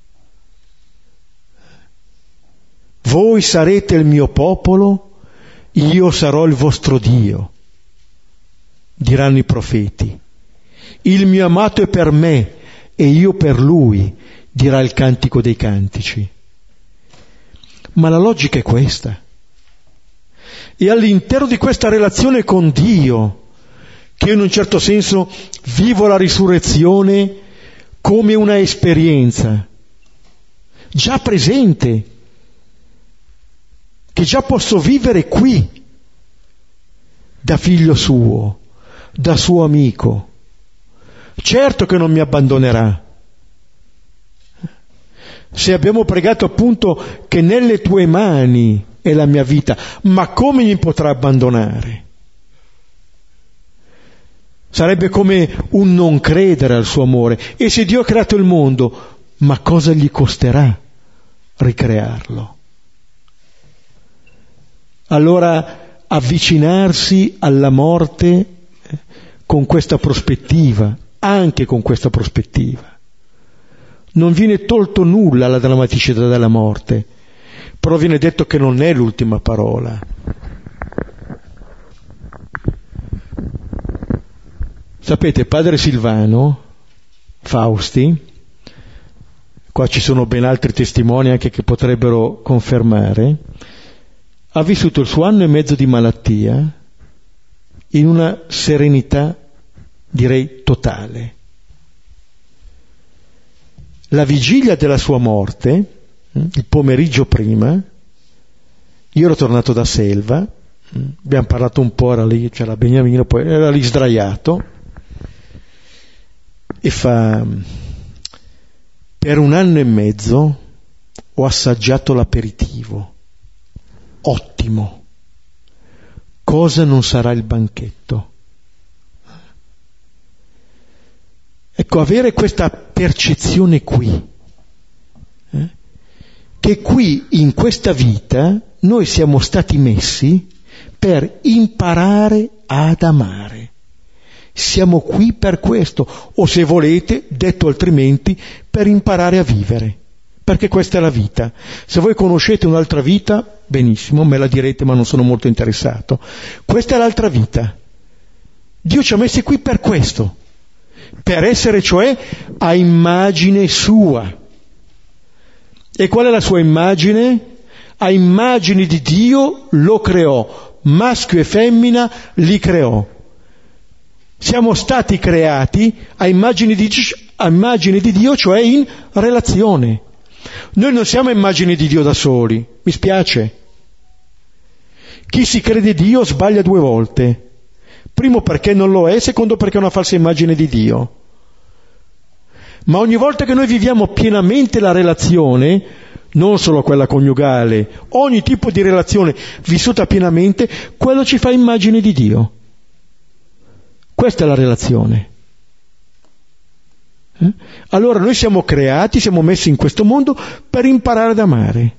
Voi sarete il mio popolo, io sarò il vostro Dio, diranno i profeti. Il mio amato è per me e io per lui, dirà il cantico dei cantici. Ma la logica è questa. E all'interno di questa relazione con Dio, che in un certo senso vivo la risurrezione come una esperienza già presente, che già posso vivere qui, da figlio suo, da suo amico. Certo che non mi abbandonerà. Se abbiamo pregato appunto che nelle tue mani è la mia vita, ma come mi potrà abbandonare? Sarebbe come un non credere al suo amore. E se Dio ha creato il mondo, ma cosa gli costerà ricrearlo? Allora avvicinarsi alla morte con questa prospettiva, anche con questa prospettiva. Non viene tolto nulla alla drammaticità della morte, però viene detto che non è l'ultima parola. Sapete, padre Silvano Fausti, qua ci sono ben altri testimoni anche che potrebbero confermare, ha vissuto il suo anno e mezzo di malattia in una serenità, direi, totale. la vigilia della sua morte, il pomeriggio prima, io ero tornato da Selva, abbiamo parlato un po', era lì, c'era Beniamino, poi era lì sdraiato, e fa: per 1 anno e mezzo ho assaggiato l'aperitivo, ottimo, cosa non sarà il banchetto? Ecco, avere questa percezione qui, che qui in questa vita noi siamo stati messi per imparare ad amare. Siamo qui per questo, o se volete, detto altrimenti, per imparare a vivere, perché questa è la vita. Se voi conoscete un'altra vita, benissimo, me la direte, ma non sono molto interessato. Questa è l'altra vita. Dio ci ha messi qui per questo, per essere cioè a immagine sua. E qual è la sua immagine? A immagine di Dio lo creò, maschio e femmina li creò. Siamo stati creati a immagine di Dio, cioè in relazione. Noi non siamo immagini di Dio da soli, mi spiace. Chi si crede Dio sbaglia 2 volte. Primo perché non lo è, secondo perché è una falsa immagine di Dio. Ma ogni volta che noi viviamo pienamente la relazione, non solo quella coniugale, ogni tipo di relazione vissuta pienamente, quello ci fa immagine di Dio. Questa è la relazione. Allora noi siamo creati, siamo messi in questo mondo per imparare ad amare.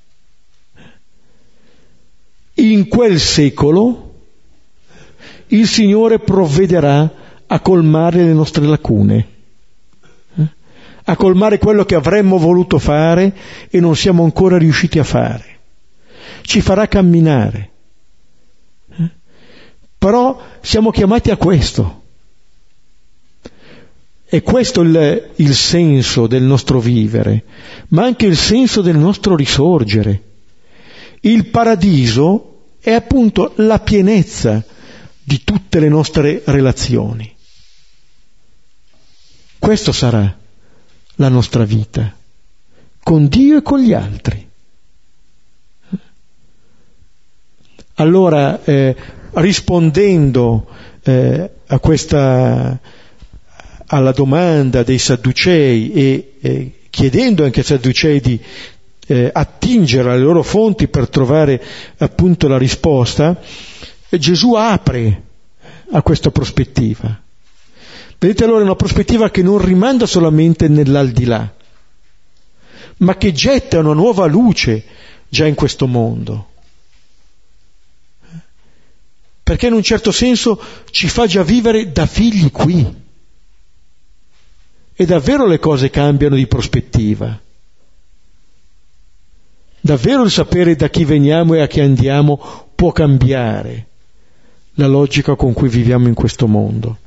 In quel secolo il Signore provvederà a colmare le nostre lacune, a colmare quello che avremmo voluto fare e non siamo ancora riusciti a fare. Ci farà camminare. Però siamo chiamati a questo. E questo è il senso del nostro vivere, ma anche il senso del nostro risorgere. Il paradiso è appunto la pienezza di tutte le nostre relazioni. Questo sarà la nostra vita, con Dio e con gli altri. Allora, rispondendo a questa, alla domanda dei Sadducei e chiedendo anche ai Sadducei di attingere alle loro fonti per trovare appunto la risposta, Gesù apre a questa prospettiva. Vedete, allora è una prospettiva che non rimanda solamente nell'aldilà, ma che getta una nuova luce già in questo mondo. Perché in un certo senso ci fa già vivere da figli qui. E davvero le cose cambiano di prospettiva. Davvero il sapere da chi veniamo e a chi andiamo può cambiare la logica con cui viviamo in questo mondo.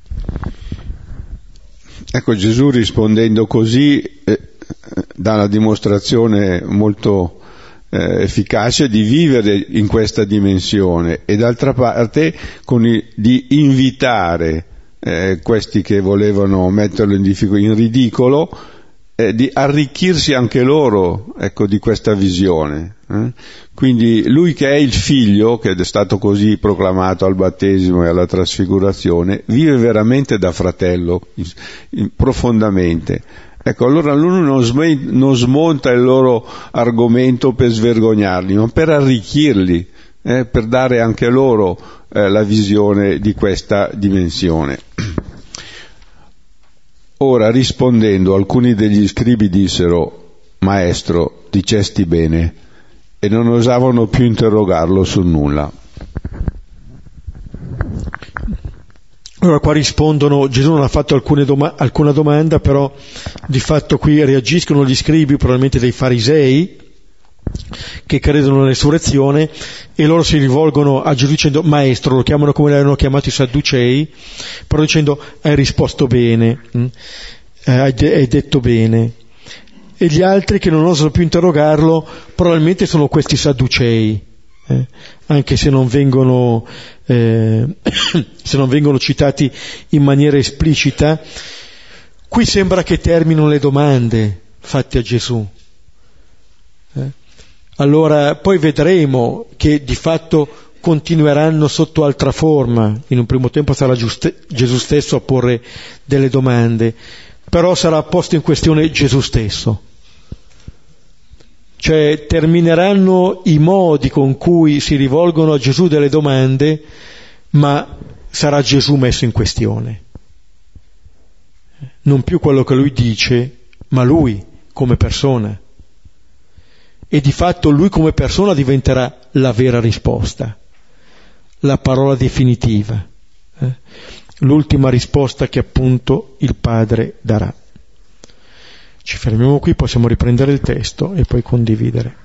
Ecco, Gesù rispondendo così dà la dimostrazione molto efficace di vivere in questa dimensione e d'altra parte di invitare questi che volevano metterlo in ridicolo, di arricchirsi anche loro, ecco, di questa visione. Quindi lui che è il figlio, che è stato così proclamato al battesimo e alla trasfigurazione, vive veramente da fratello, profondamente. Ecco, allora lui non smonta il loro argomento per svergognarli, ma per arricchirli, per dare anche loro la visione di questa dimensione. Ora, rispondendo, alcuni degli scribi dissero: Maestro, dicesti bene, e non osavano più interrogarlo su nulla. Allora qua rispondono, Gesù non ha fatto alcuna domanda, però di fatto qui reagiscono gli scribi, probabilmente dei farisei, che credono nella resurrezione, e loro si rivolgono a Gesù dicendo: Maestro, lo chiamano come l'avevano chiamato i Sadducei, però dicendo: hai risposto bene, hai detto bene. E gli altri che non osano più interrogarlo probabilmente sono questi Sadducei, anche se non vengono citati in maniera esplicita. Qui sembra che terminino le domande fatte a Gesù. Allora poi vedremo che di fatto continueranno sotto altra forma. In un primo tempo sarà Gesù stesso a porre delle domande, però sarà posto in questione Gesù stesso. Cioè termineranno i modi con cui si rivolgono a Gesù delle domande, ma sarà Gesù messo in questione. Non più quello che lui dice, ma lui come persona. E di fatto lui come persona diventerà la vera risposta, la parola definitiva, l'ultima risposta che appunto il Padre darà. Ci fermiamo qui, possiamo riprendere il testo e poi condividere.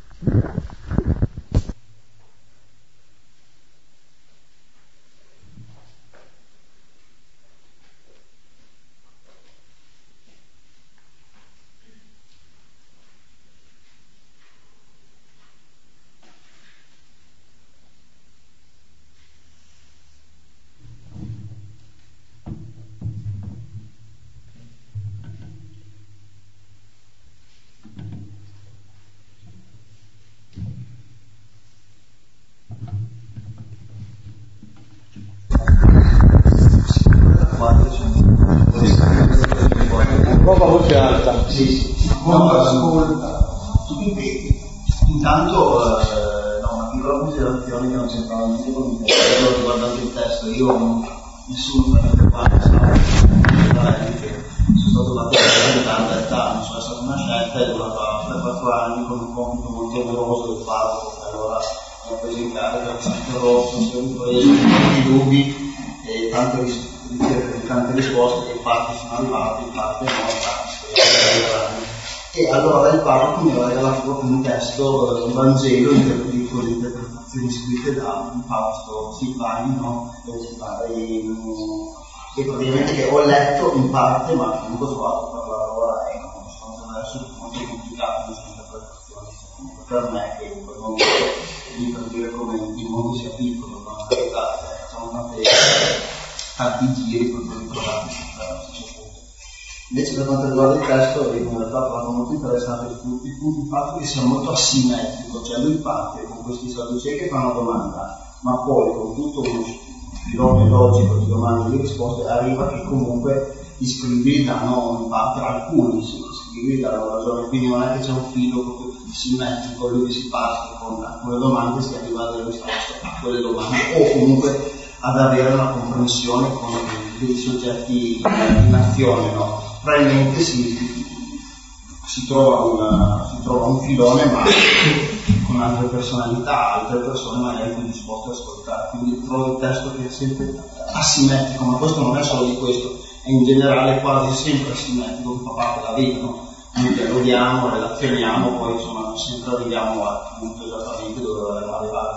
Poca voce alta. Sì. Quando ascolta, tu ripeti. Intanto, una piccola considerazione che non c'entrava niente con il testo, riguardante il testo. Io nessuno per parte che sono stato dato in tarda età, non so, è stata una scelta, è durata per 4 anni con un compito molto oneroso del parroco, che allora mi ha preso in carica, mi ha interrotto, mi sono preso tanti dubbi e tante ricerche di tante risposte, che parti sono arrivate, parte no, parti speriamo. E allora il parroco mi aveva regalato proprio un testo, un Vangelo, con le interpretazioni scritte da Fausto Silvani, no? E praticamente che ho letto in parte, ma comunque ho trovato per la parola e non sono adesso molto complicato queste interpretazioni, per me che in quel momento per dire come il mondo sia piccolo, ma facciamo tanti giri per ritrovare questo punto. Invece per quanto riguarda il testo, in realtà trovo molto interessante il punto di fatto che sia molto asimmetrico, cioè lui parte con questi sadducei che fanno una domanda, ma poi con tutto uno filone logico di domande e di risposte arriva che comunque gli scrivi danno in parte alcuni, gli scrivi danno ragione, quindi non è che c'è un filo proprio simmetrico, lui si passa con alcune domande si arriva a delle risposte a quelle domande o comunque ad avere una comprensione con dei soggetti in azione, no? Probabilmente si trova un filone ma con altre personalità, altre persone magari più disposte ad ascoltare, quindi trovo il testo che è sempre asimmetrico, ma questo non è solo di questo, è in generale quasi sempre asimmetrico, che fa parte della vita, no? Noi dialoghiamo, relazioniamo, poi insomma non sempre arriviamo al punto esattamente dove dovremmo arrivare.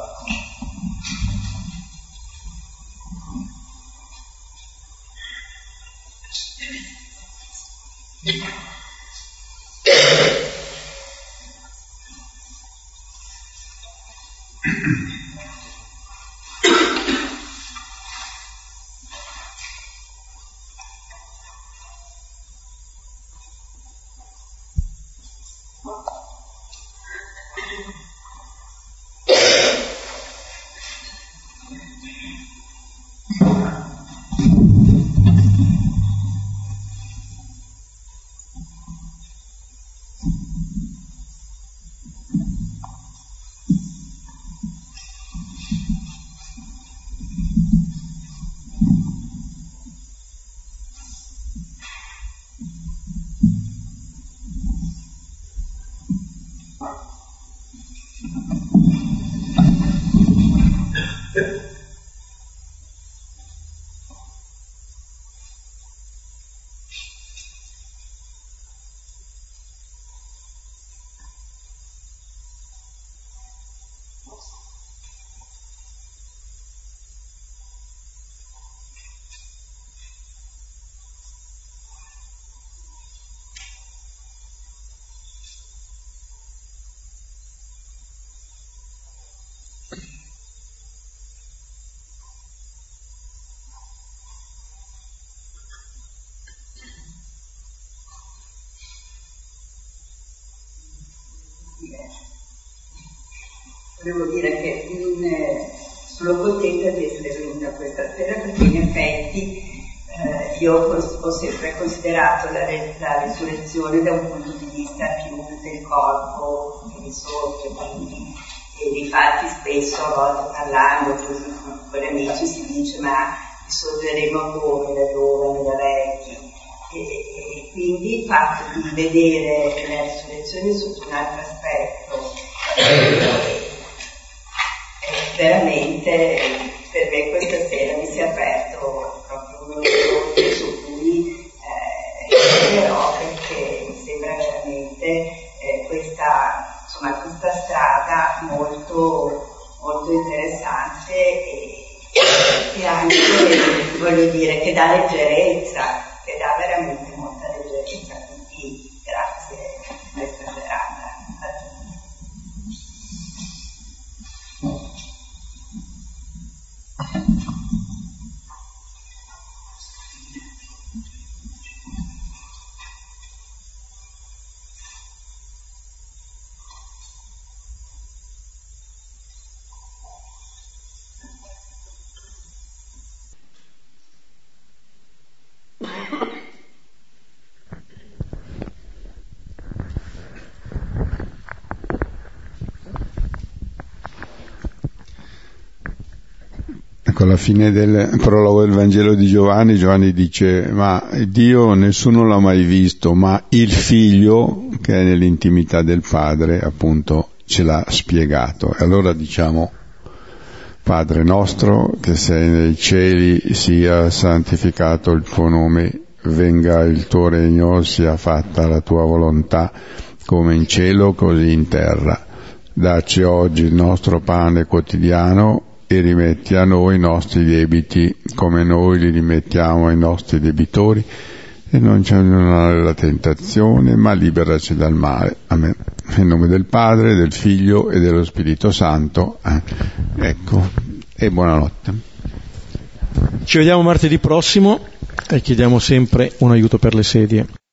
Devo dire che sono contenta di essere venuta questa sera, perché in effetti io ho sempre considerato la risurrezione da un punto di vista più del corpo che risorge, e difatti spesso a volte parlando così con gli amici si dice: ma risorgeremo come, da giovani, da vecchi, e quindi il fatto di vedere la risurrezione sotto un altro aspetto veramente per me questa sera mi si è aperto proprio un orizzonte su cui rifletterò, perché mi sembra veramente questa strada molto, molto interessante e anche, voglio dire, che dà leggerezza, che dà veramente molta leggerezza. Quindi grazie a questa serata a tutti. Con la fine del prologo del Vangelo di Giovanni dice: ma Dio nessuno l'ha mai visto, ma il Figlio, che è nell'intimità del Padre, appunto ce l'ha spiegato. E allora diciamo: Padre nostro che sei nei cieli, sia santificato il tuo nome, venga il tuo regno, sia fatta la tua volontà, come in cielo così in terra. Dacci oggi il nostro pane quotidiano e rimetti a noi i nostri debiti come noi li rimettiamo ai nostri debitori, e non ci abbandonare alla tentazione, ma liberaci dal male. Amen. Nel nome del Padre, del Figlio e dello Spirito Santo. Ecco, e buonanotte. Ci vediamo martedì prossimo e chiediamo sempre un aiuto per le sedie.